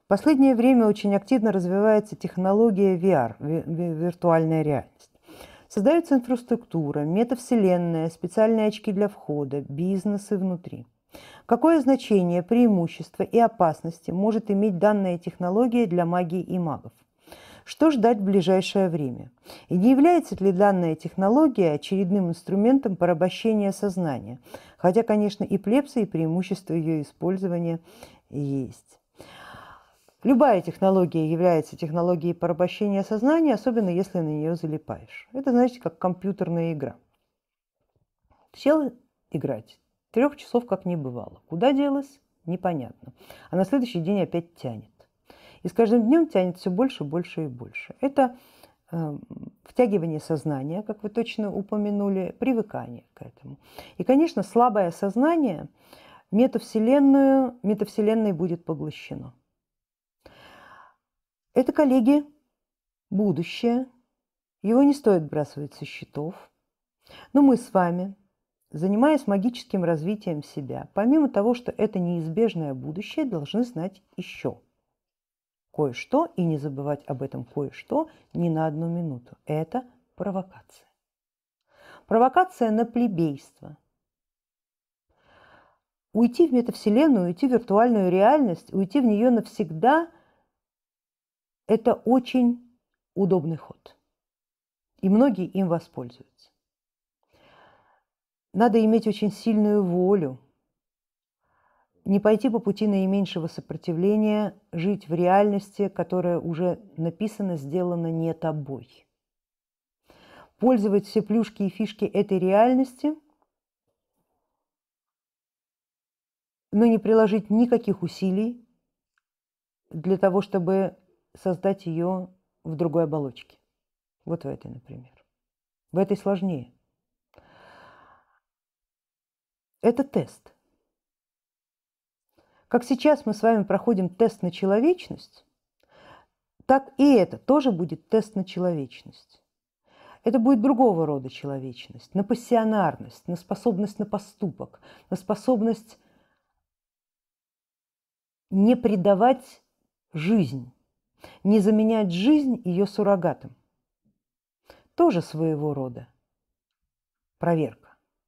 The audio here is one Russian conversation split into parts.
последнее время очень активно развивается технология VR, виртуальная реальность. Создается инфраструктура, метавселенная, специальные очки для входа, бизнесы внутри. Какое значение, преимущество и опасности может иметь данная технология для магии и магов? Что ждать в ближайшее время? И не является ли данная технология очередным инструментом порабощения сознания? Хотя, конечно, и плебсы, и преимущества ее использования есть. Любая технология является технологией порабощения сознания, особенно если на нее залипаешь. Это, знаете, как компьютерная игра. Сел играть, 3 часов как не бывало. Куда делась? Непонятно. А на следующий день опять тянет. И с каждым днем тянет все больше, больше и больше. Это втягивание сознания, как вы точно упомянули, привыкание к этому. И, конечно, слабое сознание метавселенной будет поглощено. Это, коллеги, будущее. Его не стоит сбрасывать со счетов. Но мы с вами, занимаясь магическим развитием себя, помимо того, что это неизбежное будущее, должны знать еще кое-что и не забывать об этом кое-что ни на одну минуту. Это провокация. Провокация на плебейство. Уйти в метавселенную, уйти в виртуальную реальность, уйти в нее навсегда – это очень удобный ход. И многие им воспользуются. Надо иметь очень сильную волю, не пойти по пути наименьшего сопротивления, жить в реальности, которая уже написана, сделана не тобой. Пользовать все плюшки и фишки этой реальности, но не приложить никаких усилий для того, чтобы создать ее в другой оболочке. Вот в этой, например. В этой сложнее. Это тест. Как сейчас мы с вами проходим тест на человечность, так и это тоже будет тест на человечность. Это будет другого рода человечность, на пассионарность, на способность на поступок, на способность не предавать жизнь, не заменять жизнь ее суррогатом. Тоже своего рода проверка.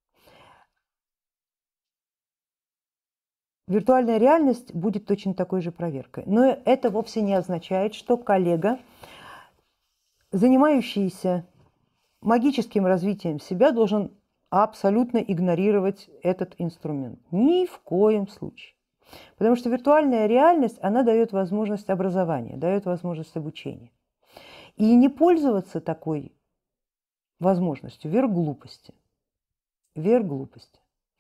Виртуальная реальность будет точно такой же проверкой. Но это вовсе не означает, что коллега, занимающийся магическим развитием себя, должен абсолютно игнорировать этот инструмент. Ни в коем случае. Потому что виртуальная реальность, она дает возможность образования, дает возможность обучения. И не пользоваться такой возможностью – верх глупости. Верх глупости.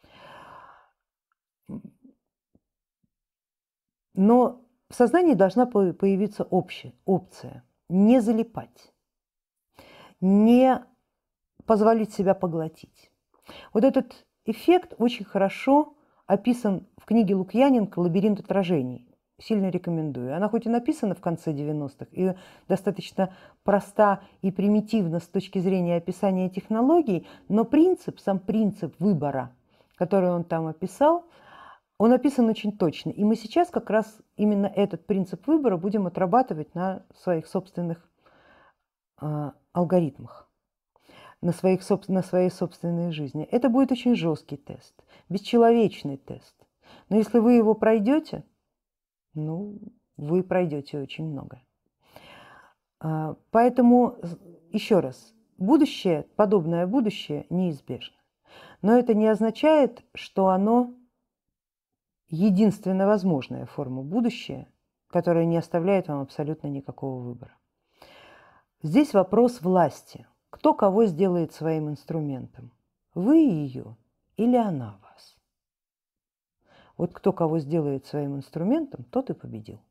Но в сознании должна появиться общая опция – не залипать, не позволить себя поглотить. Вот этот эффект очень хорошо описан в книге Лукьяненко «Лабиринт отражений». Сильно рекомендую. Она хоть и написана в конце 90-х и достаточно проста и примитивна с точки зрения описания технологий, но сам принцип выбора, который он там описал, он описан очень точно. И мы сейчас как раз именно этот принцип выбора будем отрабатывать на своих собственных алгоритмах, на своей собственной жизни. Это будет очень жесткий тест, бесчеловечный тест. Но если вы его пройдете, вы пройдете очень многое. Поэтому, еще раз, будущее, подобное будущее неизбежно. Но это не означает, что оно единственно возможная форма будущего, которая не оставляет вам абсолютно никакого выбора. Здесь вопрос власти. Кто кого сделает своим инструментом? Вы ее или она вас? Вот кто кого сделает своим инструментом, тот и победил.